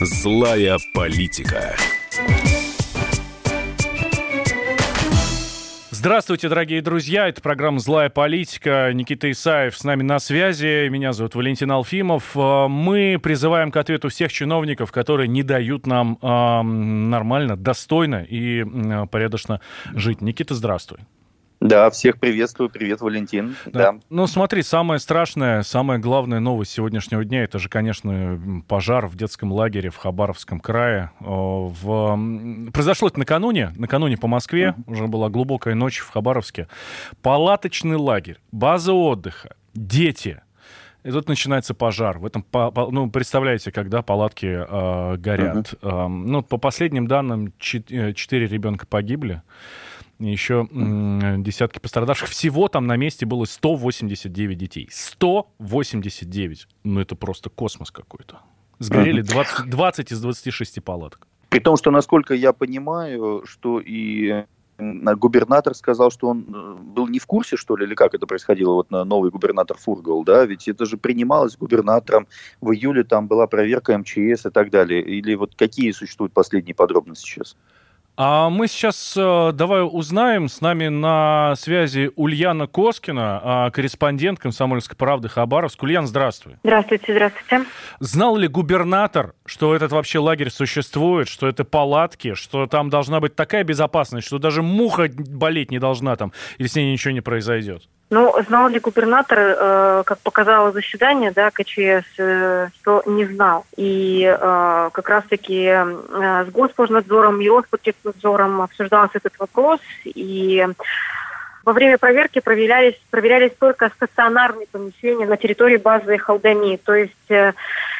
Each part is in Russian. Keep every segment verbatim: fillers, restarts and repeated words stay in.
Злая политика. Здравствуйте, дорогие друзья. Это программа «Злая политика». Никита Исаев с нами на связи. Меня зовут Валентин Алфимов. Мы призываем к ответу всех чиновников, которые не дают нам э, нормально, достойно и э, порядочно жить. Никита, здравствуй. Да, всех приветствую. Привет, Валентин. Да. Да. Ну, смотри, самая страшная, самая главная новость сегодняшнего дня, это же, конечно, пожар в детском лагере в Хабаровском крае. В... Произошло это накануне, накануне по Москве, uh-huh. уже была глубокая ночь в Хабаровске. Палаточный лагерь, база отдыха, дети. И тут начинается пожар. В этом, ну, представляете, когда палатки э, горят. Uh-huh. Э, ну, по последним данным, четыре ребенка погибли. Еще м- десятки пострадавших. Всего там на месте было сто восемьдесят девять детей. сто восемьдесят девять. Ну, это просто космос какой-то. Сгорели двадцать, двадцать из двадцати шести палаток. При том, что, насколько я понимаю, что и губернатор сказал, что он был не в курсе, что ли, или как это происходило, вот новый губернатор Фургал, да, ведь это же принималось губернатором, в июле там была проверка эм че эс и так далее. Или вот какие существуют последние подробности сейчас? А мы сейчас э, давай узнаем. С нами на связи Ульяна Коскина, э, корреспондент «Комсомольской правды» Хабаровск. Ульяна, здравствуй. Здравствуйте, здравствуйте. Знал ли губернатор, что этот вообще лагерь существует, что это палатки, что там должна быть такая безопасность, что даже муха болеть не должна там, или с ней ничего не произойдет? Ну, знал ли губернатор, э, как показало заседание, да, ка че эс, э, что не знал. И э, как раз-таки э, с Госпожнадзором и Роспотребнадзором обсуждался этот вопрос, и во время проверки проверялись, проверялись только стационарные помещения на территории базы Халдами, то есть э,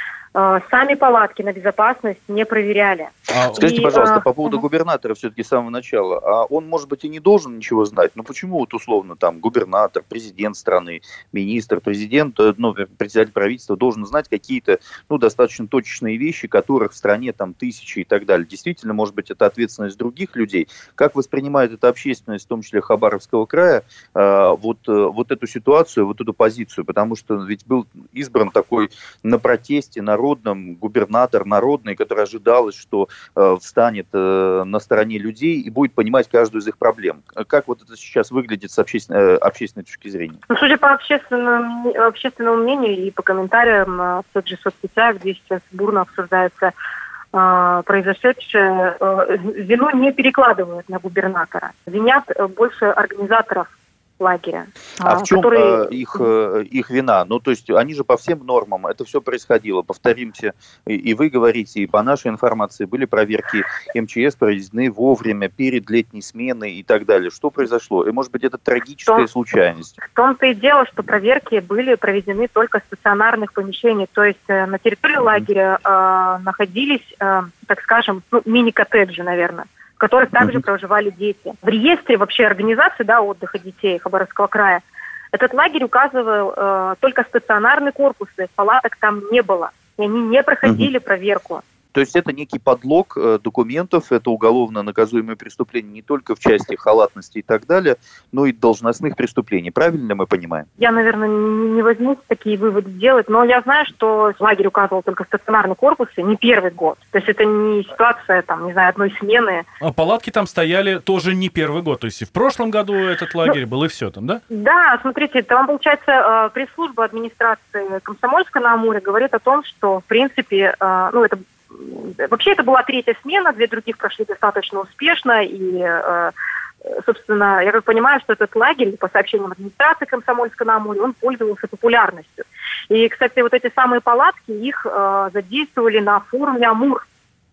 э, сами палатки на безопасность не проверяли. А, Скажите, и, пожалуйста, а, по поводу угу. губернатора все-таки с самого начала. А он, может быть, и не должен ничего знать, но почему вот условно там губернатор, президент страны, министр, президент, ну, председатель правительства должен знать какие-то, ну, достаточно точечные вещи, которых в стране там тысячи и так далее. Действительно, может быть, это ответственность других людей. Как воспринимает эта общественность, в том числе Хабаровского края, э, вот, э, вот эту ситуацию, вот эту позицию? Потому что ведь был избран такой на протесте народном губернатор народный, который ожидалось, что встанет э, на стороне людей и будет понимать каждую из их проблем. Как вот это сейчас выглядит с общественной, общественной точки зрения? Ну, судя по общественному, общественному мнению и по комментариям в тех же соцсетях, где сейчас бурно обсуждается э, произошедшее, э, вину не перекладывают на губернатора. Винят больше организаторов лагеря. А, а в чем которые... их, их вина? Ну, то есть они же по всем нормам, это все происходило. Повторимся, и вы говорите, и по нашей информации были проверки эм че эс проведены вовремя, перед летней сменой и так далее. Что произошло? И, может быть, это трагическая том, случайность? В том-то и дело, что проверки были проведены только в стационарных помещениях. То есть на территории mm-hmm. лагеря э, находились, э, так скажем, ну, мини-коттеджи, наверное, в которых также mm-hmm. проживали дети. В реестре вообще организации, да, отдыха детей Хабаровского края этот лагерь указывал э, только стационарные корпусы, палаток там не было, и они не проходили mm-hmm. проверку. То есть это некий подлог э, документов, это уголовно наказуемое преступление не только в части халатности и так далее, но и должностных преступлений. Правильно мы понимаем? Я, наверное, не возьмусь такие выводы делать, но я знаю, что лагерь указывал только стационарные корпусы не первый год. То есть это не ситуация, там, не знаю, одной смены. А палатки там стояли тоже не первый год, то есть и в прошлом году этот лагерь ну, был, и все там, да? Да, смотрите, там, получается, пресс-служба администрации Комсомольска на Амуре говорит о том, что, в принципе, ну, это вообще это была третья смена, две других прошли достаточно успешно, и, собственно, я как понимаю, что этот лагерь, по сообщениям администрации Комсомольска на Амуре, он пользовался популярностью. И, кстати, вот эти самые палатки, их задействовали на форуме «Амур»,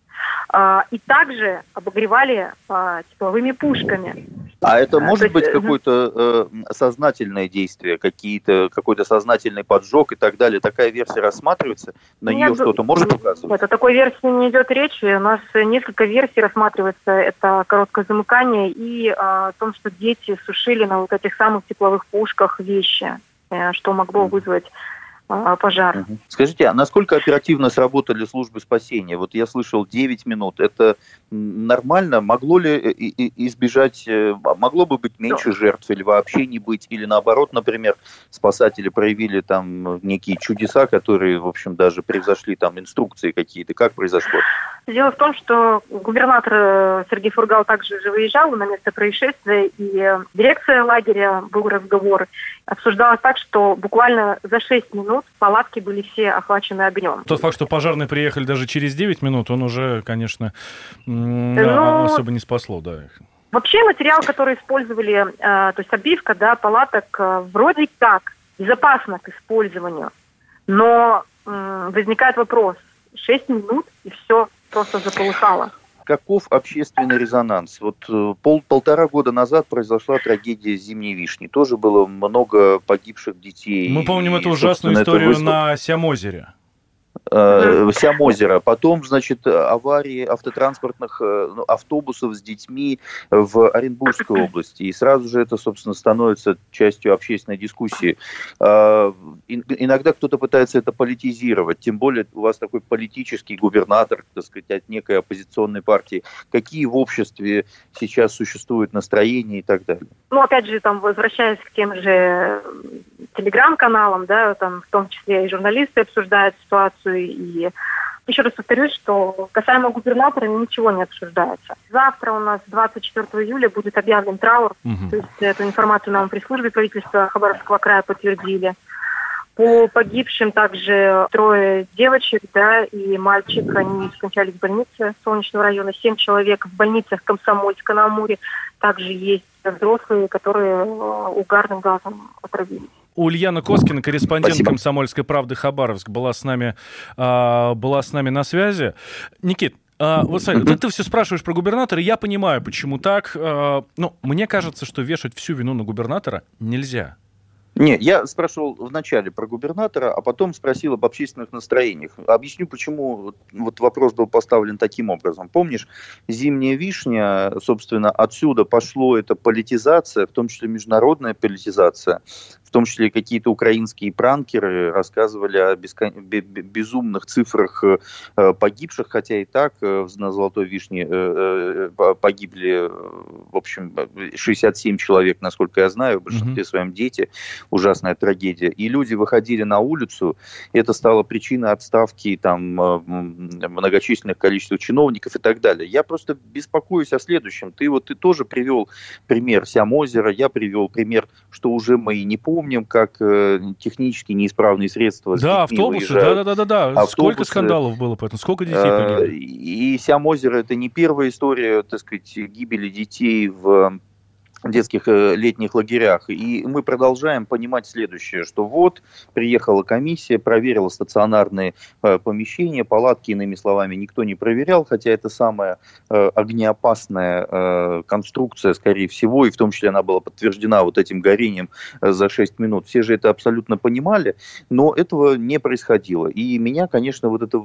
и также обогревали тепловыми пушками. А это может есть, быть какое-то э, сознательное действие, какие-то, какой-то сознательный поджог и так далее? Такая версия рассматривается? На Нет, нее что-то может указывать? Нет, о такой версии не идет речи. У нас несколько версий рассматривается. Это короткое замыкание и э, о том, что дети сушили на вот этих самых тепловых пушках вещи, э, что могло вызвать пожар. Скажите, а насколько оперативно сработали службы спасения? Вот я слышал девять минут. Это нормально? Могло ли избежать, могло бы быть меньше жертв или вообще не быть? Или наоборот, например, спасатели проявили там некие чудеса, которые, в общем, даже превзошли там инструкции какие-то? Как произошло? Дело в том, что губернатор Сергей Фургал также же выезжал на место происшествия, и дирекция лагеря, был разговор, обсуждалось так, что буквально за шесть минут палатки были все охвачены огнем. Тот факт, что пожарные приехали даже через девять минут, он уже, конечно, ну, особо не спасло, да. Вообще материал, который использовали, э, то есть обивка, да, палаток, э, вроде как безопасно к использованию, но э, возникает вопрос, шесть минут и все просто заполыхало. Каков общественный резонанс? Вот пол, полтора года назад произошла трагедия зимней вишни. Тоже было много погибших детей. Мы помним и, эту ужасную историю вызвало... на Сямозере. Сямозера. Потом, значит, аварии автотранспортных ну, автобусов с детьми в Оренбургской области. И сразу же это, собственно, становится частью общественной дискуссии. Иногда кто-то пытается это политизировать. Тем более у вас такой политический губернатор, так сказать, от некой оппозиционной партии. Какие в обществе сейчас существуют настроения и так далее? Ну, опять же, там, возвращаясь к тем же телеграм-каналам, да, там, в том числе и журналисты обсуждают ситуацию. И еще раз повторюсь, что касаемо губернатора ничего не обсуждается. Завтра у нас двадцать четвёртого июля будет объявлен траур. Угу. То есть эту информацию нам при службе правительства Хабаровского края подтвердили. По погибшим также трое девочек, да, и мальчик, они скончались в больнице Солнечного района. Семь человек в больницах Комсомольска на Амуре. Также есть взрослые, которые угарным газом отравились. Ульяна Коскина, корреспондент Спасибо. «Комсомольской правды» Хабаровск, была с нами, а, была с нами на связи. Никит, а, вот смотри, ты, ты все спрашиваешь про губернатора, я понимаю, почему так. А, но мне кажется, что вешать всю вину на губернатора нельзя. Не, я спрашивал вначале про губернатора, а потом спросил об общественных настроениях. Объясню, почему вот вопрос был поставлен таким образом. Помнишь, зимняя вишня, собственно, отсюда пошло эта политизация, в том числе международная политизация, в том числе какие-то украинские пранкеры рассказывали о бескон... безумных цифрах погибших, хотя и так на Золотой Вишне погибли, в общем, шестьдесят семь человек, насколько я знаю, в большинстве своем дети. Ужасная трагедия. И люди выходили на улицу, и это стало причиной отставки там, многочисленных количеств чиновников и так далее. Я просто беспокоюсь о следующем. Ты вот ты тоже привел пример Сямозера, я привел пример, что уже мы и не помним, как э, технически неисправные средства с да, детьми автобусы, выезжают. да, да, да, да. Сколько скандалов было поэтому, сколько детей погибло? И Сямозер — это не первая история, так сказать, гибели детей в детских летних лагерях. И мы продолжаем понимать следующее, что вот приехала комиссия, проверила стационарные э, помещения, палатки, иными словами, никто не проверял, хотя это самая э, огнеопасная э, конструкция, скорее всего, и в том числе она была подтверждена вот этим горением э, за шесть минут. Все же это абсолютно понимали, но этого не происходило. И меня, конечно, вот это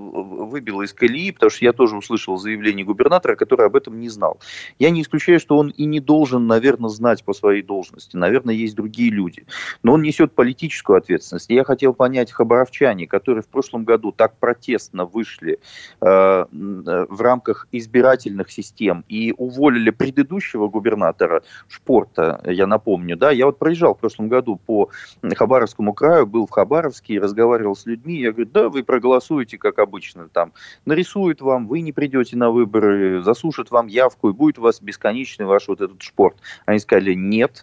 выбило из колеи, потому что я тоже услышал заявление губернатора, который об этом не знал. Я не исключаю, что он и не должен, наверное, знать по своей должности. Наверное, есть другие люди. Но он несет политическую ответственность. И я хотел понять, хабаровчане, которые в прошлом году так протестно вышли э, в рамках избирательных систем и уволили предыдущего губернатора Шпорта, я напомню, да, я вот проезжал в прошлом году по Хабаровскому краю, был в Хабаровске, разговаривал с людьми, я говорю, да, вы проголосуете, как обычно, там, нарисуют вам, вы не придете на выборы, засушат вам явку, и будет у вас бесконечный ваш вот этот Шпорт. Они сказали, нет,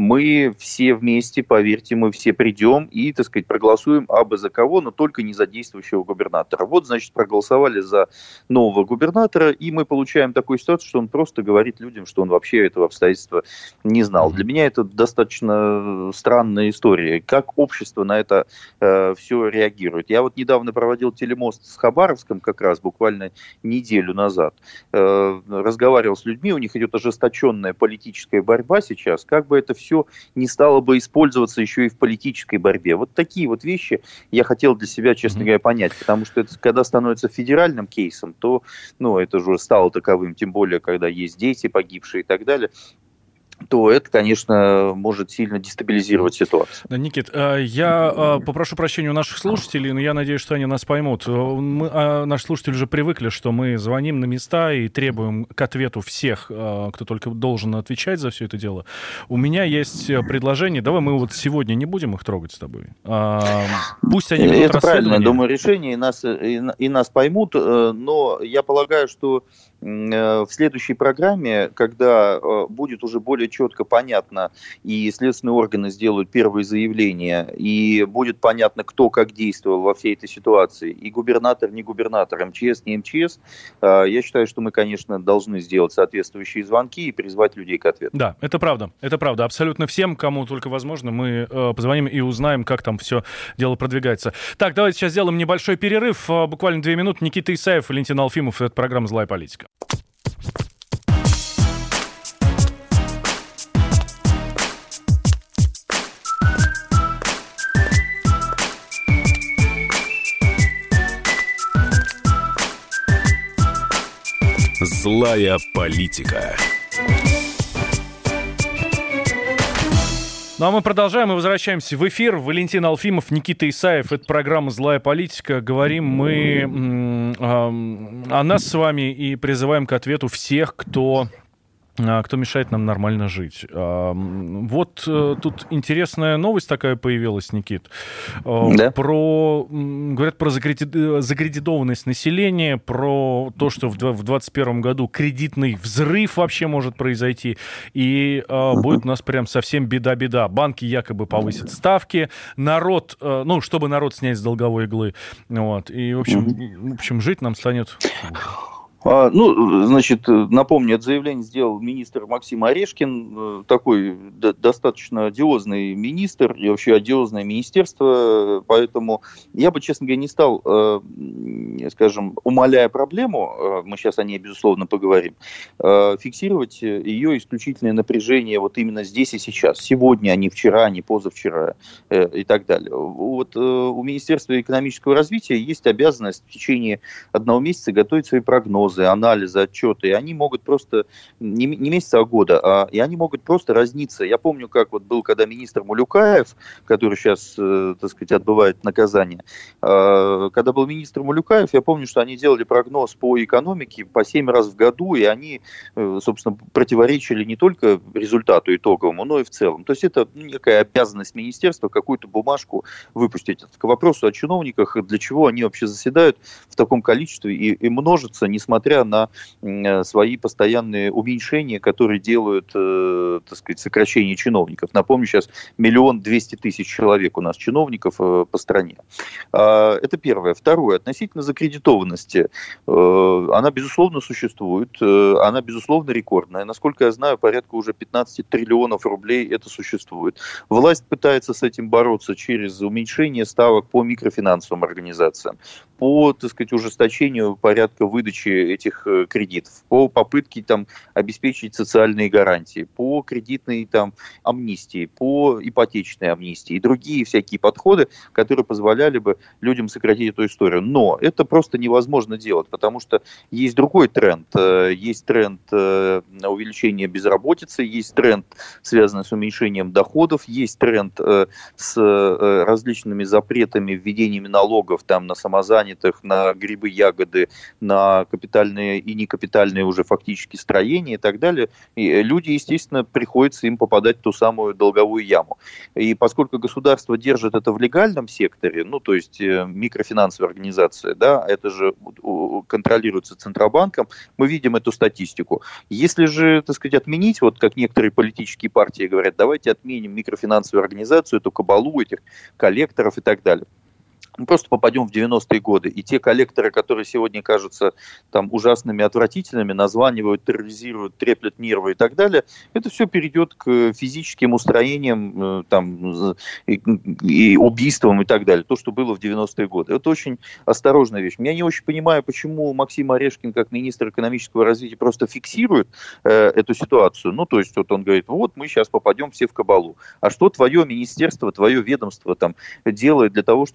мы все вместе, поверьте, мы все придем и, так сказать, проголосуем абы за кого, но только не за действующего губернатора. Вот, значит, проголосовали за нового губернатора, и мы получаем такую ситуацию, что он просто говорит людям, что он вообще этого обстоятельства не знал. Для меня это достаточно странная история. Как общество на это э, все реагирует? Я вот недавно проводил телемост с Хабаровском, как раз буквально неделю назад. Э, разговаривал с людьми, у них идет ожесточенная политическая борьба сейчас, как бы это все не стало бы использоваться еще и в политической борьбе. Вот такие вот вещи я хотел для себя, честно говоря, понять, потому что это, когда становится федеральным кейсом, то ну, это же стало таковым, тем более, когда есть дети погибшие и так далее. то это, конечно, может сильно дестабилизировать ситуацию. Да, Никит, я попрошу прощения у наших слушателей, но я надеюсь, что они нас поймут. Мы, наши слушатели уже привыкли, что мы звоним на места и требуем к ответу всех, кто только должен отвечать за все это дело. У меня есть предложение. Давай мы вот сегодня не будем их трогать с тобой. Пусть они ведут расследование. Это правильное, думаю, решение, и нас, и, и нас поймут, но я полагаю, что в следующей программе, когда будет уже более четко понятно, и следственные органы сделают первые заявления, и будет понятно, кто как действовал во всей этой ситуации, и губернатор, не губернатор, МЧС, не МЧС, я считаю, что мы, конечно, должны сделать соответствующие звонки и призвать людей к ответу. Да, это правда, это правда. Абсолютно всем, кому только возможно, мы позвоним и узнаем, как там все дело продвигается. Так, давайте сейчас сделаем небольшой перерыв, буквально две минуты. Никита Исаев, Валентин Алфимов, это программа «Злая политика». Злая политика. Ну а мы продолжаем и возвращаемся в эфир. Валентин Алфимов, Никита Исаев. Это программа «Злая политика». Говорим мы м- м- о нас с вами и призываем к ответу всех, кто... кто мешает нам нормально жить. Вот тут интересная новость такая появилась, Никит. Да. Про, говорят про закредитованность населения, про то, что в двадцать первом году кредитный взрыв вообще может произойти, и будет у нас прям совсем беда-беда. Банки якобы повысят ставки, народ, ну, чтобы народ снять с долговой иглы. Вот. И, в общем, в общем, жить нам станет... Ну, значит, напомню, это заявление сделал министр Максим Орешкин, такой достаточно одиозный министр и вообще одиозное министерство, поэтому я бы, честно говоря, не стал, скажем, умаляя проблему, мы сейчас о ней, безусловно, поговорим, фиксировать ее исключительное напряжение вот именно здесь и сейчас, сегодня, а не вчера, а не позавчера и так далее. Вот у Министерства экономического развития есть обязанность в течение одного месяца готовить свои прогнозы, анализы, отчеты, и они могут просто, не, не месяца, а года, а, и они могут просто разниться. Я помню, как вот был, когда министр Малюкаев, который сейчас, э, так сказать, отбывает наказание, э, когда был министр Малюкаев, я помню, что они делали прогноз по экономике по семь раз в году, и они, э, собственно, противоречили не только результату итоговому, но и в целом. То есть это некая обязанность министерства какую-то бумажку выпустить. К вопросу о чиновниках, для чего они вообще заседают в таком количестве и, и множатся, несмотря на свои постоянные уменьшения, которые делают, э, так сказать, сокращение чиновников. Напомню, сейчас миллион двести тысяч человек у нас чиновников э, по стране. Э, это первое. Второе. Относительно закредитованности. Э, она, безусловно, существует. Э, она, безусловно, рекордная. Насколько я знаю, порядка уже пятнадцать триллионов рублей это существует. Власть пытается с этим бороться через уменьшение ставок по микрофинансовым организациям, по, так сказать, ужесточению порядка выдачи этих кредитов, по попытке там обеспечить социальные гарантии, по кредитной там амнистии, по ипотечной амнистии и другие всякие подходы, которые позволяли бы людям сократить эту историю. Но это просто невозможно делать, потому что есть другой тренд. Есть тренд увеличения безработицы, есть тренд, связанный с уменьшением доходов, есть тренд с различными запретами, введениями налогов там на самозанятых, на грибы, ягоды, на капитальные и некапитальные уже фактически строения и так далее. И люди, естественно, приходится им попадать в ту самую долговую яму. И поскольку государство держит это в легальном секторе, ну, то есть микрофинансовая организация, да, это же контролируется Центробанком, мы видим эту статистику. Если же, так сказать, отменить, вот как некоторые политические партии говорят, давайте отменим микрофинансовую организацию, эту кабалу, этих коллекторов и так далее, мы просто попадем в девяностые годы. И те коллекторы, которые сегодня кажутся там ужасными, отвратительными, названивают, терроризируют, треплют нервы и так далее, это все перейдет к физическим устроениям там, и, и убийствам и так далее. То, что было в девяностые годы. Это очень осторожная вещь. Я не очень понимаю, почему Максим Орешкин, как министр экономического развития, просто фиксирует э, эту ситуацию. Ну, то есть, вот он говорит, вот мы сейчас попадем все в кабалу. А что твое министерство, твое ведомство там делает для того, чтобы избежать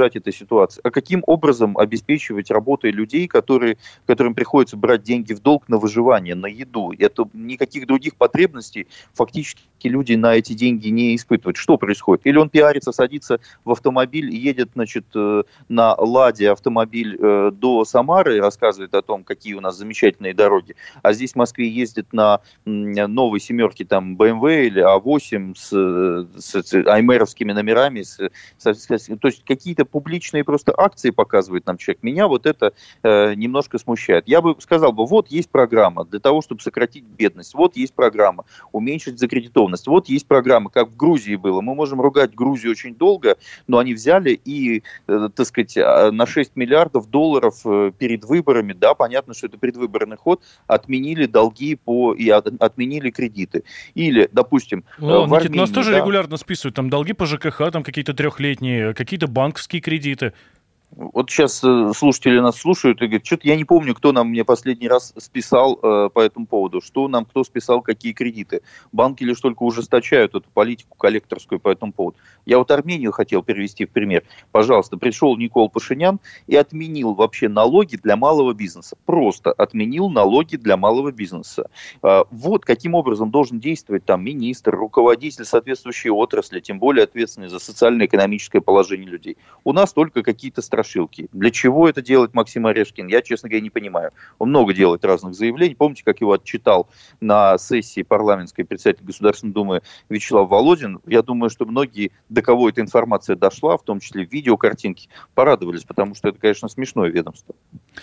избежать этой ситуации, а каким образом обеспечивать работой людей, которые, которым приходится брать деньги в долг на выживание, на еду. Это никаких других потребностей фактически люди на эти деньги не испытывают. Что происходит? Или он пиарится, садится в автомобиль и едет, значит, на «Ладе» автомобиль до Самары и рассказывает о том, какие у нас замечательные дороги, а здесь в Москве ездит на новой семерке там бэ эм вэ или а восемь с, с, с аймеровскими номерами, с, с, с, то есть какие-то публичные просто акции показывает нам человек. Меня вот это э, немножко смущает. Я бы сказал бы, вот есть программа для того, чтобы сократить бедность, вот есть программа уменьшить закредитованность, вот есть программа, как в Грузии было. Мы можем ругать Грузию очень долго, но они взяли и, э, так сказать, на шесть миллиардов долларов э, перед выборами, да, понятно, что это предвыборный ход, отменили долги по и от, отменили кредиты. Или, допустим, ну, в Никит, Армении, нас тоже да, регулярно списывают, там долги по ЖКХ, там какие-то трехлетние, какие-то банковские кредиты. Вот сейчас слушатели нас слушают и говорят, что-то я не помню, кто нам мне последний раз списал э, по этому поводу, что нам кто списал, какие кредиты. Банки лишь только ужесточают эту политику коллекторскую по этому поводу. Я вот Армению хотел привести в пример. Пожалуйста, пришел Никол Пашинян и отменил вообще налоги для малого бизнеса. Просто отменил налоги для малого бизнеса. Э, вот каким образом должен действовать там министр, руководитель соответствующей отрасли, тем более ответственный за социально-экономическое положение людей. У нас только какие-то страшные страшилки. Для чего это делает Максим Орешкин, я, честно говоря, не понимаю. Он много делает разных заявлений. Помните, как его отчитал на сессии парламентской председатель Государственной Думы Вячеслав Володин? Я думаю, что многие, до кого эта информация дошла, в том числе видео, картинки, порадовались, потому что это, конечно, смешное ведомство.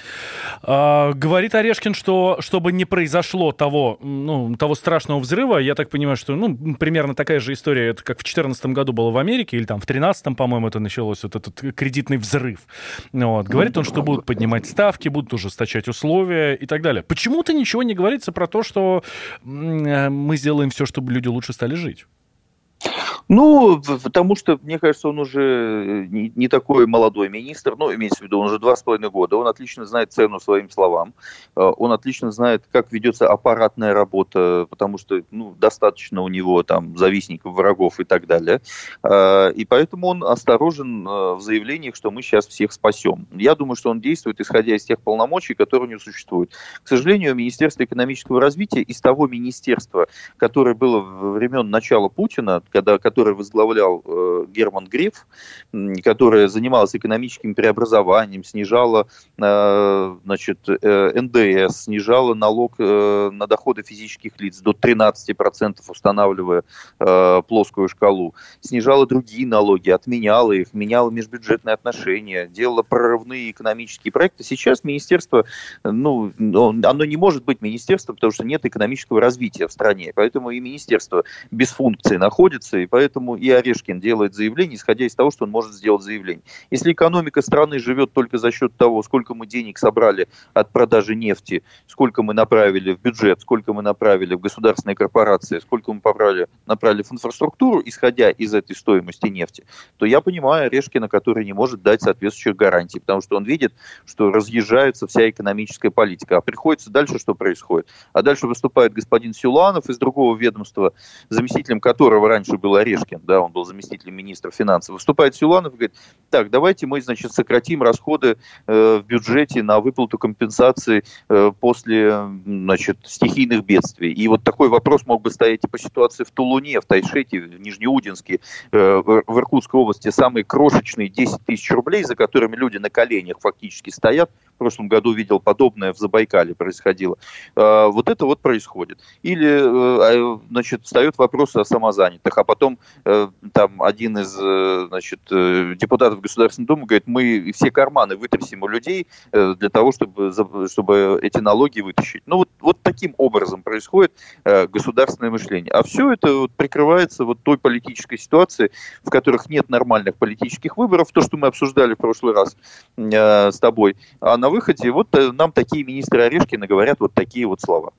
А, говорит Орешкин, что чтобы не произошло того, ну, того страшного взрыва, я так понимаю, что ну, примерно такая же история, это как в две тысячи четырнадцатом году было в Америке, или там в две тысячи тринадцатом, по-моему, это началось, вот этот кредитный взрыв. Вот. Говорит он, что будут поднимать ставки, будут ужесточать условия и так далее. Почему-то ничего не говорится про то, что мы сделаем все, чтобы люди лучше стали жить. Ну, потому что, мне кажется, он уже не, не такой молодой министр, ну, имеется в виду, он уже два с половиной года, он отлично знает цену своим словам, он отлично знает, как ведется аппаратная работа, потому что, ну, достаточно у него там завистников, врагов и так далее, и поэтому он осторожен в заявлениях, что мы сейчас всех спасем. Я думаю, что он действует, исходя из тех полномочий, которые у него существуют. К сожалению, Министерство экономического развития из того министерства, которое было во времен начала Путина, когда, который возглавлял э, Герман Греф, которая занималась экономическим преобразованием, снижала э, значит, э, эн дэ эс, снижала налог э, на доходы физических лиц до тринадцати процентов, устанавливая э, плоскую шкалу, снижала другие налоги, отменяла их, меняла межбюджетные отношения, делала прорывные экономические проекты. Сейчас министерство, ну, оно не может быть министерством, потому что нет экономического развития в стране, поэтому и министерство без функции находится, и поэтому и Орешкин делает заявление, исходя из того, что он может сделать заявление. Если экономика страны живет только за счет того, сколько мы денег собрали от продажи нефти, сколько мы направили в бюджет, сколько мы направили в государственные корпорации, сколько мы направили, направили в инфраструктуру, исходя из этой стоимости нефти, то я понимаю Орешкина, который не может дать соответствующих гарантий, потому что он видит, что разъезжается вся экономическая политика. А приходится дальше, что происходит? А дальше выступает господин Силуанов из другого ведомства, заместителем которого раньше был Орешкин, да, он был заместителем министра финансов. Выступает Силуанов и говорит, так, давайте мы, значит, сократим расходы э, в бюджете на выплату компенсации э, после, значит, стихийных бедствий. И вот такой вопрос мог бы стоять и по ситуации в Тулуне, в Тайшете, в Нижнеудинске, э, в Иркутской области. Самые крошечные десять тысяч рублей, за которыми люди на коленях фактически стоят. В прошлом году видел подобное в Забайкале происходило. Э, вот это вот происходит. Или, э, значит, встает вопрос о самозанятых, а потом э, там один из, э, значит, э, депутатов Государственной Думы говорит, мы все карманы вытрясем у людей э, для того, чтобы, чтобы эти налоги вытащить. Ну вот, вот таким образом происходит э, государственное мышление. А все это вот прикрывается вот той политической ситуацией, в которых нет нормальных политических выборов, то, что мы обсуждали в прошлый раз э, с тобой. А на выходе вот э, нам такие министры Орешкина говорят вот такие вот слова.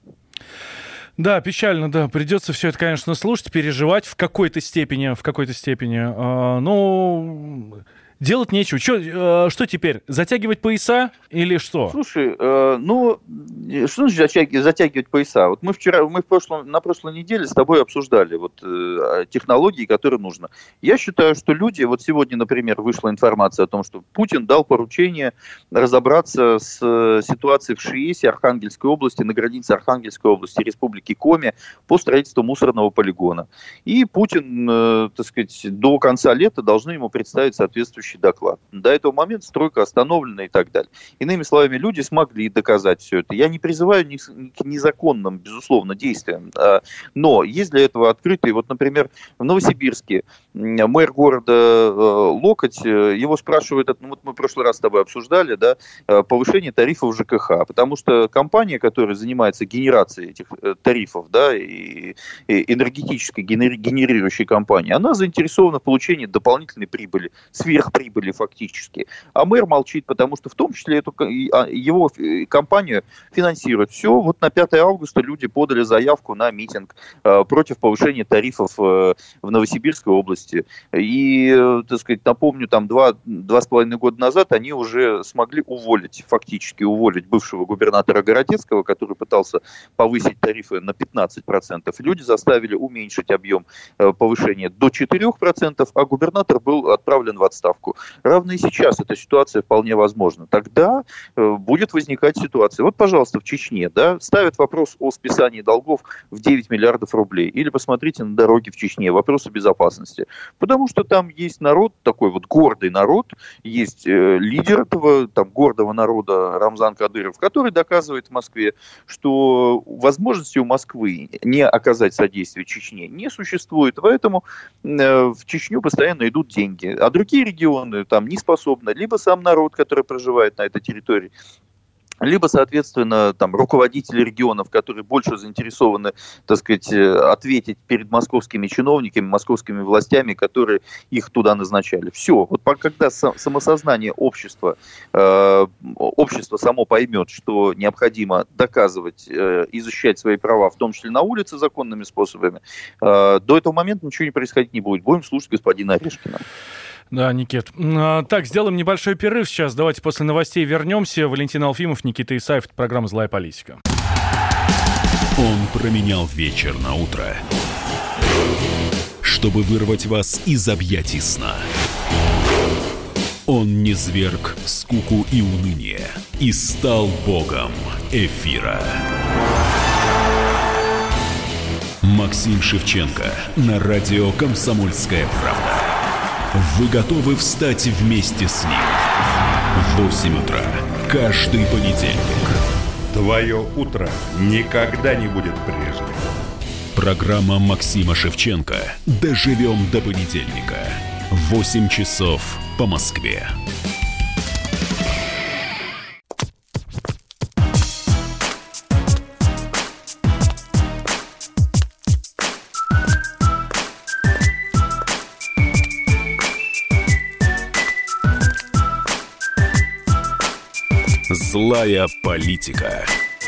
Да, печально, да. Придется все это, конечно, слушать, переживать в какой-то степени, в какой-то степени. А, ну, делать нечего. Чё, э, что теперь? Затягивать пояса или что? Слушай, э, ну, что значит затягивать, затягивать пояса? Вот мы вчера, мы в прошлом, на прошлой неделе с тобой обсуждали вот, э, технологии, которые нужно. Я считаю, что люди, вот сегодня, например, вышла информация о том, что Путин дал поручение разобраться с э, ситуацией в Шиесе, Архангельской области, на границе Архангельской области, Республики Коми, по строительству мусорного полигона. И Путин, э, так сказать, до конца лета должны ему представить соответствующий доклад. До этого момента стройка остановлена и так далее. Иными словами, люди смогли доказать все это. Я не призываю ни к незаконным, безусловно, действиям, но есть для этого открытые, вот, например, в Новосибирске мэр города Локоть, его спрашивают, ну, вот мы в прошлый раз с тобой обсуждали, да, повышение тарифов ЖКХ, потому что компания, которая занимается генерацией этих тарифов, да, и, и энергетической генерирующей компании, она заинтересована в получении дополнительной прибыли, сверхприбыли фактически. А мэр молчит, потому что в том числе эту, его компанию финансирует. Все, вот на пятое августа люди подали заявку на митинг э, против повышения тарифов э, в Новосибирской области. И, э, так сказать, напомню, там два, два с половиной года назад они уже смогли уволить, фактически уволить бывшего губернатора Городецкого, который пытался повысить тарифы на пятнадцать процентов. Люди заставили уменьшить объем э, повышения до четырех процентов, а губернатор был отправлен в отставку. Равно и сейчас эта ситуация вполне возможна. Тогда э, будет возникать ситуация. Вот, пожалуйста, в Чечне, да, ставят вопрос о списании долгов в девять миллиардов рублей. Или посмотрите на дороги в Чечне, вопросы безопасности. Потому что там есть народ, такой вот гордый народ, есть э, лидер этого там гордого народа Рамзан Кадыров, который доказывает в Москве, что возможности у Москвы не оказать содействие Чечне не существует. Поэтому э, в Чечню постоянно идут деньги. А другие регионы там не способны. Либо сам народ, который проживает на этой территории, либо, соответственно, там, руководители регионов, которые больше заинтересованы, так сказать, ответить перед московскими чиновниками, московскими властями, которые их туда назначали. Все. Вот когда самосознание общества, э, общество само поймет, что необходимо доказывать э, и защищать свои права, в том числе на улице законными способами, э, до этого момента ничего не происходить не будет. Будем слушать господина Орешкина. Да, Никит. Так, сделаем небольшой перерыв сейчас. Давайте после новостей вернемся. Валентин Алфимов, Никита Исаев. Это программа «Злая политика». Он променял вечер на утро, чтобы вырвать вас из объятий сна. Он низвергг скуку и уныние и стал богом эфира. Максим Шевченко на радио «Комсомольская правда». Вы готовы встать вместе с ним? В восемь утра каждый понедельник. Твое утро никогда не будет прежним. Программа Максима Шевченко «Доживем до понедельника». восемь часов по Москве. Злая политика.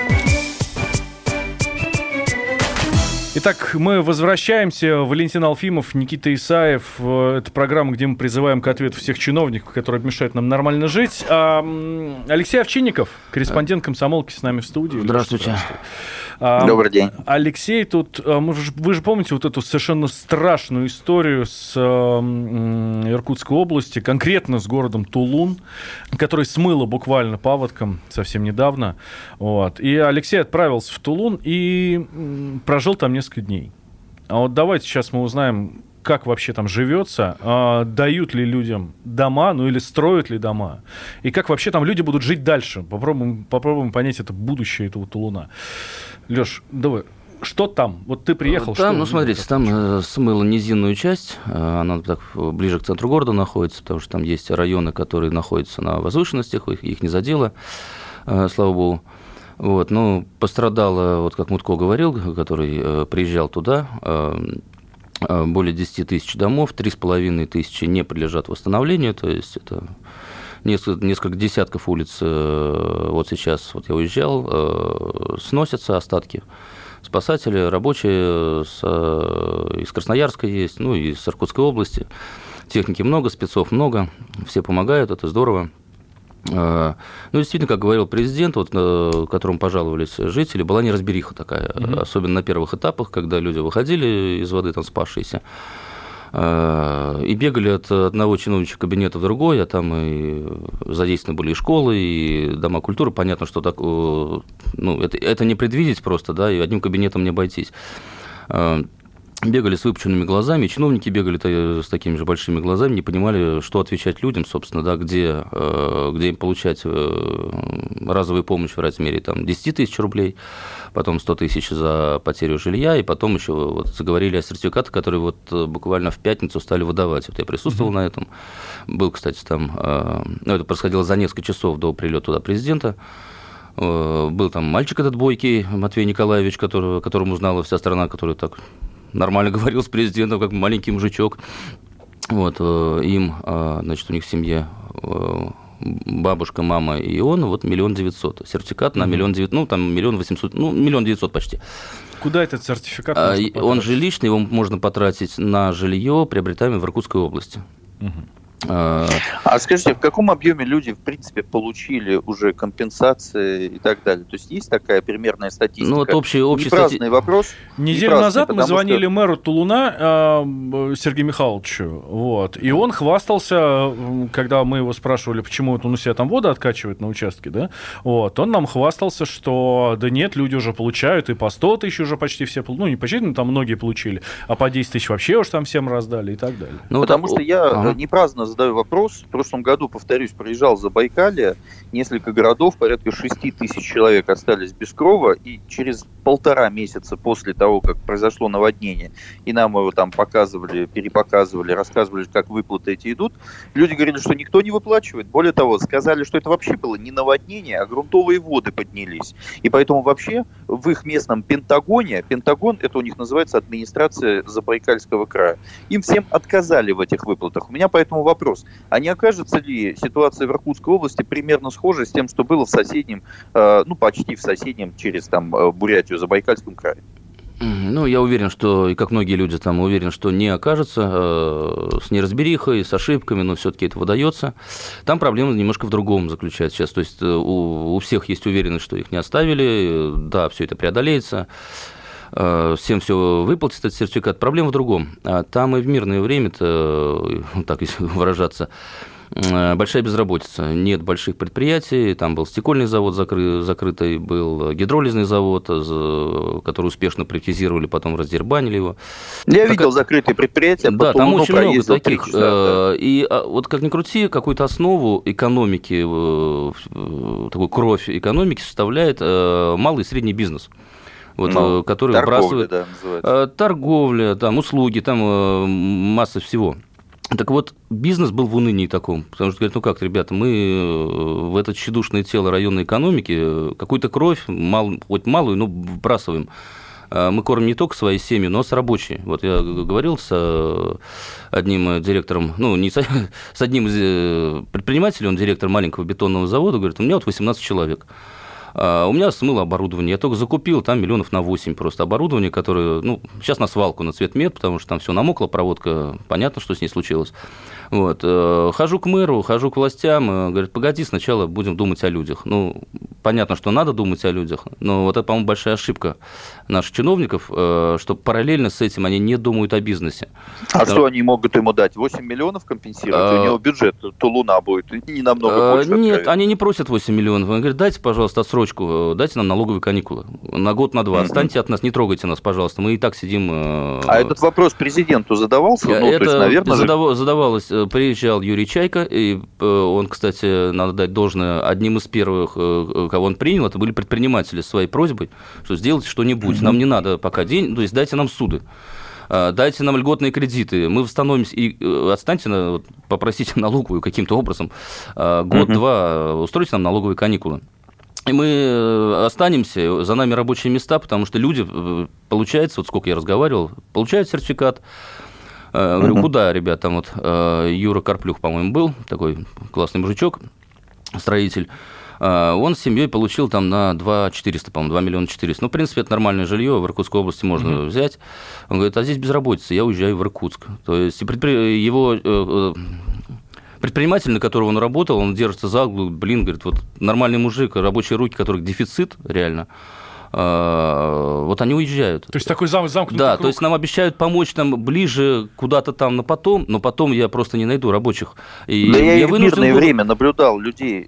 Итак, мы возвращаемся. Валентин Алфимов, Никита Исаев. Это программа, где мы призываем к ответу всех чиновников, которые мешают нам нормально жить. А Алексей Овчинников, корреспондент «Комсомолки», с нами в студии. Здравствуйте. Здравствуйте. Добрый день. Алексей, тут, вы же помните вот эту совершенно страшную историю с Иркутской области, конкретно с городом Тулун, который смыло буквально паводком совсем недавно. Вот. И Алексей отправился в Тулун и прожил там несколько дней. А вот давайте сейчас мы узнаем, как вообще там живется, а, дают ли людям дома, ну или строят ли дома, и как вообще там люди будут жить дальше. Попробуем, попробуем понять это будущее этого Тулуна. Леш, давай, что там? Вот ты приехал, там, что... Ну, смотрите, там э, смыло низинную часть, э, она так ближе к центру города находится, потому что там есть районы, которые находятся на возвышенностях, их, их не задело, э, слава богу. Вот, ну, пострадало, вот как Мутко говорил, который э, приезжал туда, э, более десять тысяч домов, три с половиной тысячи не подлежат восстановлению, то есть это несколько, несколько десятков улиц, э, вот сейчас, вот я уезжал, э, сносятся остатки. Спасатели, рабочие с, э, из Красноярска есть, ну и из Иркутской области. техники много, спецов много, все помогают, это здорово. Ну, действительно, как говорил президент, вот, которому пожаловались жители, была неразбериха такая, mm-hmm. особенно на первых этапах, когда люди выходили из воды, там, спасшиеся, и бегали от одного чиновничьего кабинета в другой, а там и задействованы были и школы, и дома культуры. Понятно, что так, ну, это, это не предвидеть просто, да, и одним кабинетом не обойтись. Бегали с выпученными глазами, и чиновники бегали с такими же большими глазами, не понимали, что отвечать людям, собственно, да, где, где им получать разовую помощь в размере там, десять тысяч рублей, потом сто тысяч за потерю жилья, и потом еще вот заговорили о сертификатах, которые вот буквально в пятницу стали выдавать. Вот я присутствовал mm-hmm. на этом, был, кстати, там, ну, это происходило за несколько часов до прилета туда президента. Был там мальчик этот бойкий, Матвей Николаевич, которого, которому узнала вся страна, который так нормально говорил с президентом, как маленький мужичок. Вот, им, значит, у них в семье бабушка, мама и он, вот миллион девятьсот. Сертификат на миллион девятьсот, ну, там миллион восемьсот, ну, миллион девятьсот почти. Куда этот сертификат а, можно потратить? Он жилищный, его можно потратить на жилье, приобретаемое в Иркутской области. Угу. А скажите, в каком объеме люди, в принципе, получили уже компенсации и так далее? То есть есть такая примерная статистика? Ну, вот общий, общий не праздный стати... вопрос. Неделю назад мы звонили что... мэру Тулуна э, Сергею Михайловичу, вот, и он хвастался, когда мы его спрашивали, почему вот он у себя там воду откачивает на участке, да, вот, он нам хвастался, что да нет, люди уже получают, и по сто тысяч уже почти все, ну, не почти, но там многие получили, а по десять тысяч вообще уж там всем раздали и так далее. Ну, потому вот, что я ага. не праздно задаю вопрос. В прошлом году, повторюсь, проезжал Забайкалье, несколько городов, порядка шесть тысяч человек остались без крова, и через полтора месяца после того, как произошло наводнение, и нам его там показывали, перепоказывали, рассказывали, как выплаты эти идут, люди говорили, что никто не выплачивает. Более того, сказали, что это вообще было не наводнение, а грунтовые воды поднялись. И поэтому вообще в их местном Пентагоне, Пентагон, это у них называется администрация Забайкальского края, им всем отказали в этих выплатах. У меня поэтому вопрос. Вопрос. А не окажется ли ситуация в Иркутской области примерно схожей с тем, что было в соседнем, э, ну, почти в соседнем, через там Бурятию, Забайкальском крае? Ну, я уверен, что, и как многие люди там, уверен, что не окажется э, с неразберихой, с ошибками, но все-таки это выдается. Там проблема немножко в другом заключается сейчас. То есть у, у всех есть уверенность, что их не оставили, да, все это преодолеется. Всем все выплатит этот сертификат. Проблема в другом. Там и в мирное время-то, так если выражаться, большая безработица. Нет больших предприятий. Там был стекольный завод закры, закрытый, был гидролизный завод, который успешно приватизировали, потом раздербанили его. Я как... видел закрытые предприятия. Да, там очень много таких. Часа, да. И вот как ни крути, какую-то основу экономики, такую кровь экономики составляет малый и средний бизнес. Вот, ну, которые торговля, выбрасывают да, торговля, там, услуги, там масса всего. Так вот, бизнес был в унынии таком, потому что говорят, ну как, ребята, мы в это тщедушное тело районной экономики какую-то кровь, мал, хоть малую, но вбрасываем. Мы кормим не только свои семьи, но и рабочие. Вот я говорил с одним директором, ну, не с, с одним из предпринимателей, он директор маленького бетонного завода, говорит, у меня вот восемнадцать человек. Uh, у меня смыло оборудование, я только закупил там миллионов на восемь просто оборудование, которое, ну, сейчас на свалку, на цветмет, потому что там все намокло, проводка, понятно, что с ней случилось. Вот. Uh, хожу к мэру, хожу к властям, uh, говорят, погоди, сначала будем думать о людях. Ну, понятно, что надо думать о людях, но вот это, по-моему, большая ошибка наших чиновников, uh, что параллельно с этим они не думают о бизнесе. А uh, что они могут ему дать? восемь миллионов компенсировать? Uh, у него бюджет Тулуна будет не намного uh, больше. Нет, откровенно. Они не просят восемь миллионов, они говорят, дайте, пожалуйста, отсрочку. Дайте нам налоговые каникулы. На год, на два. Mm-hmm. Отстаньте от нас, не трогайте нас, пожалуйста. Мы и так сидим... А этот вопрос президенту задавался? Ну, это то есть, наверное, задав... задавалось. Приезжал Юрий Чайка, и он, кстати, надо дать должное, одним из первых, кого он принял, это были предприниматели с своей просьбой, что сделайте что-нибудь. Mm-hmm. Нам не надо пока денег, то есть дайте нам суды. Дайте нам льготные кредиты, мы восстановимся и отстаньте, попросите налоговую каким-то образом, год-два, mm-hmm. устройте нам налоговые каникулы. И мы останемся, за нами рабочие места, потому что люди, получается, вот сколько я разговаривал, получают сертификат. Uh-huh. Говорю, куда, ребят, там вот Юра Карплюх, по-моему, был, такой классный мужичок, строитель. Он с семьей получил там на два четыреста, по-моему, два миллиона четыреста. Ну, в принципе, это нормальное жилье, в Иркутской области можно mm-hmm. взять. Он говорит, а здесь безработица, я уезжаю в Иркутск. То есть его... Предприниматель, на которого он работал, он держится за угол, блин, говорит, вот нормальный мужик, рабочие руки, которых дефицит реально, вот они уезжают. То есть такой зам- замкнутый Да, круг. то есть нам обещают помочь там ближе куда-то там на потом, но потом я просто не найду рабочих. И да я, я в мирное буду... время наблюдал людей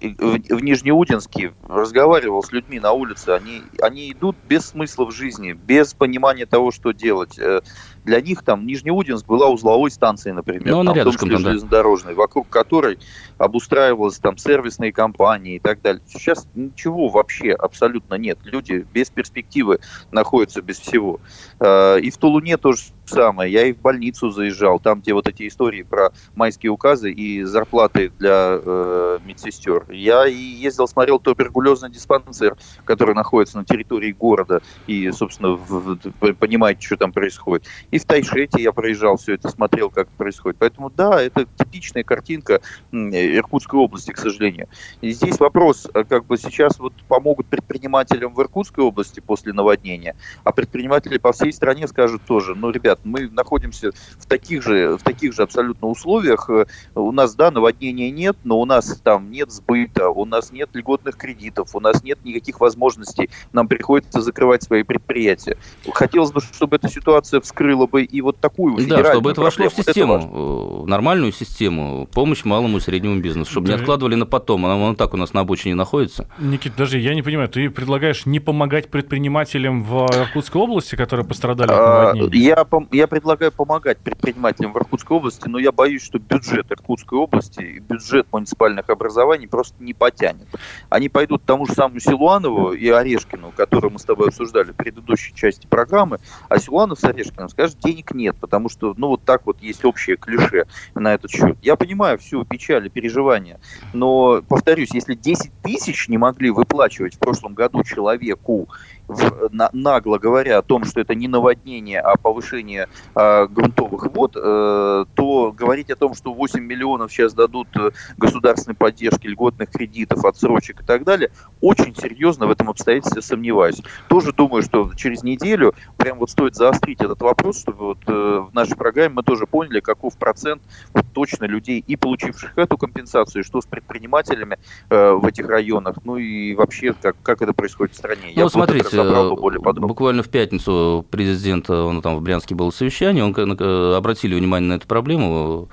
в Нижнеудинске, разговаривал с людьми на улице, они, они идут без смысла в жизни, без понимания того, что делать. Для них там Нижнеудинск была узловой станцией, например, там, в том числе там, да. железнодорожной, вокруг которой обустраивалась там сервисные компании и так далее. Сейчас ничего вообще абсолютно нет. Люди без перспективы находятся без всего. И в Тулуне тоже самое. Я и в больницу заезжал, там, где вот эти истории про майские указы и зарплаты для э, медсестер. Я и ездил, смотрел туберкулезный диспансер, который находится на территории города, и, собственно, в, в, понимаете, что там происходит. И в Тайшете я проезжал все это, смотрел, как это происходит. Поэтому, да, это типичная картинка Иркутской области, к сожалению. И здесь вопрос, как бы сейчас вот помогут предпринимателям в Иркутской области после наводнения, а предприниматели по всей стране скажут тоже, ну, ребят, мы находимся в таких же, в таких же абсолютно условиях. У нас, да, наводнения нет, но у нас там нет сбыта, у нас нет льготных кредитов, у нас нет никаких возможностей. Нам приходится закрывать свои предприятия. Хотелось бы, чтобы эта ситуация вскрыла бы и вот такую федеральную Да, чтобы это проблему. вошло в систему, в нормальную систему, помощь малому и среднему бизнесу, чтобы да. не откладывали на потом. Она вон так у нас на обочине находится. Никита, подожди, я не понимаю, ты предлагаешь не помогать предпринимателям в Иркутской области, которые пострадали от наводнения? Я Я предлагаю помогать предпринимателям в Иркутской области, но я боюсь, что бюджет Иркутской области, бюджет муниципальных образований просто не потянет. Они пойдут к тому же самому Силуанову и Орешкину, которую мы с тобой обсуждали в предыдущей части программы, а Силуанов с Орешкиным скажет, денег нет, потому что, ну, вот так вот есть общее клише на этот счет. Я понимаю всю печаль и переживания, но, повторюсь, если десять тысяч не могли выплачивать в прошлом году человеку, В, на, нагло говоря о том, что это не наводнение, а повышение э, грунтовых вод, э, то говорить о том, что восемь миллионов сейчас дадут государственной поддержки, льготных кредитов, отсрочек и так далее, очень серьезно в этом обстоятельстве сомневаюсь. Тоже думаю, что через неделю прям вот стоит заострить этот вопрос, чтобы вот, э, в нашей программе мы тоже поняли, каков процент вот, точно людей, и получивших эту компенсацию, что с предпринимателями э, в этих районах, ну и вообще, как, как это происходит в стране. Ну, смотрите, буквально в пятницу президент, он там в Брянске было совещание, он обратили внимание на эту проблему.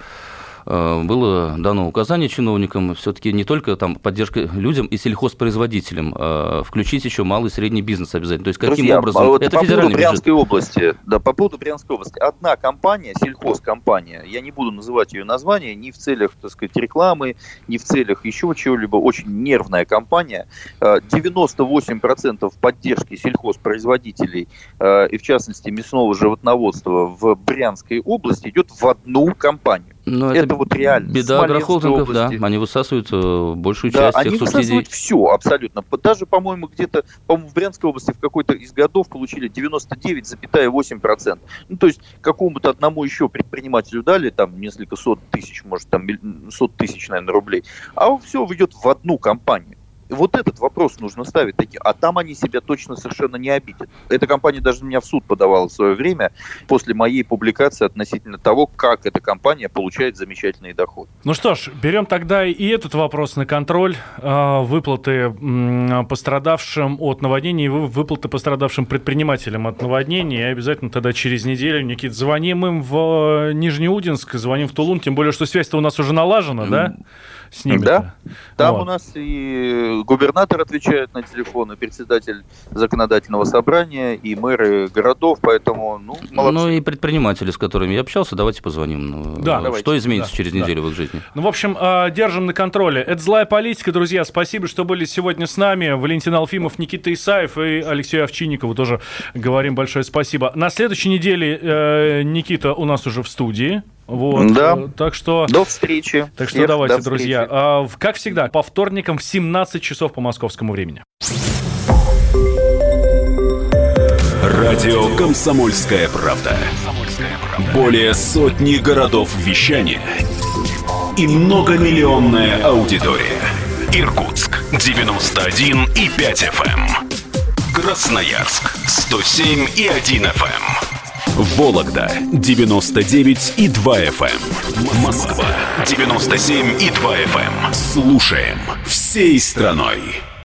Было дано указание чиновникам все-таки не только там поддержка людям и сельхозпроизводителям, а включить еще малый и средний бизнес обязательно. То есть каким Друзья, образом? Вот это по федеральный поводу Брянской бюджет. области, да, по поводу Брянской области. Одна компания, сельхозкомпания, я не буду называть ее название, ни в целях, так сказать, рекламы, ни в целях еще чего-либо, очень нервная компания, девяносто восемь процентов поддержки сельхозпроизводителей и, в частности, мясного животноводства в Брянской области идет в одну компанию. Но это, это вот реально. Беда агрохолдингов, да, они высасывают большую часть да, всех они субсидий. Они высасывают все, абсолютно. Даже, по-моему, где-то, по-моему, в Брянской области в какой-то из годов получили девяносто девять целых восемь десятых процента. Ну, то есть, какому-то одному еще предпринимателю дали, там, несколько сот тысяч, может, там, сот тысяч, наверное, рублей, а все идет в одну компанию. Вот этот вопрос нужно ставить, а там они себя точно совершенно не обидят. Эта компания даже меня в суд подавала в свое время после моей публикации относительно того, как эта компания получает замечательный доход. Ну что ж, берем тогда и этот вопрос на контроль. Выплаты пострадавшим от наводнения и выплаты пострадавшим предпринимателям от наводнения. И обязательно тогда через неделю, Никит, звоним им в Нижнеудинск, звоним в Тулун, тем более, что связь-то у нас уже налажена, да? С ними. Да, там вот. У нас и губернатор отвечает на телефон, и председатель законодательного собрания, и мэры городов, поэтому, ну, молодцы. Ну и предприниматели, с которыми я общался, давайте позвоним. Да, что давайте. изменится да, через да. неделю в их жизни? Ну, в общем, держим на контроле. Это «Злая политика», друзья. Спасибо, что были сегодня с нами. Валентин Алфимов, Никита Исаев и Алексею Овчинникову тоже говорим большое спасибо. На следующей неделе э, Никита у нас уже в студии. Вот. Да. Так что, до встречи. Так что Всех давайте, до друзья. А, как всегда, по вторникам в семнадцать часов по московскому времени. Радио «Комсомольская правда». Более сотни городов вещания и многомиллионная аудитория. Иркутск. девяносто один и пять эф эм. Красноярск сто семь и один эф эм. Вологда девяносто девять и два эф эм. Москва девяносто семь и два эф эм. Слушаем всей страной.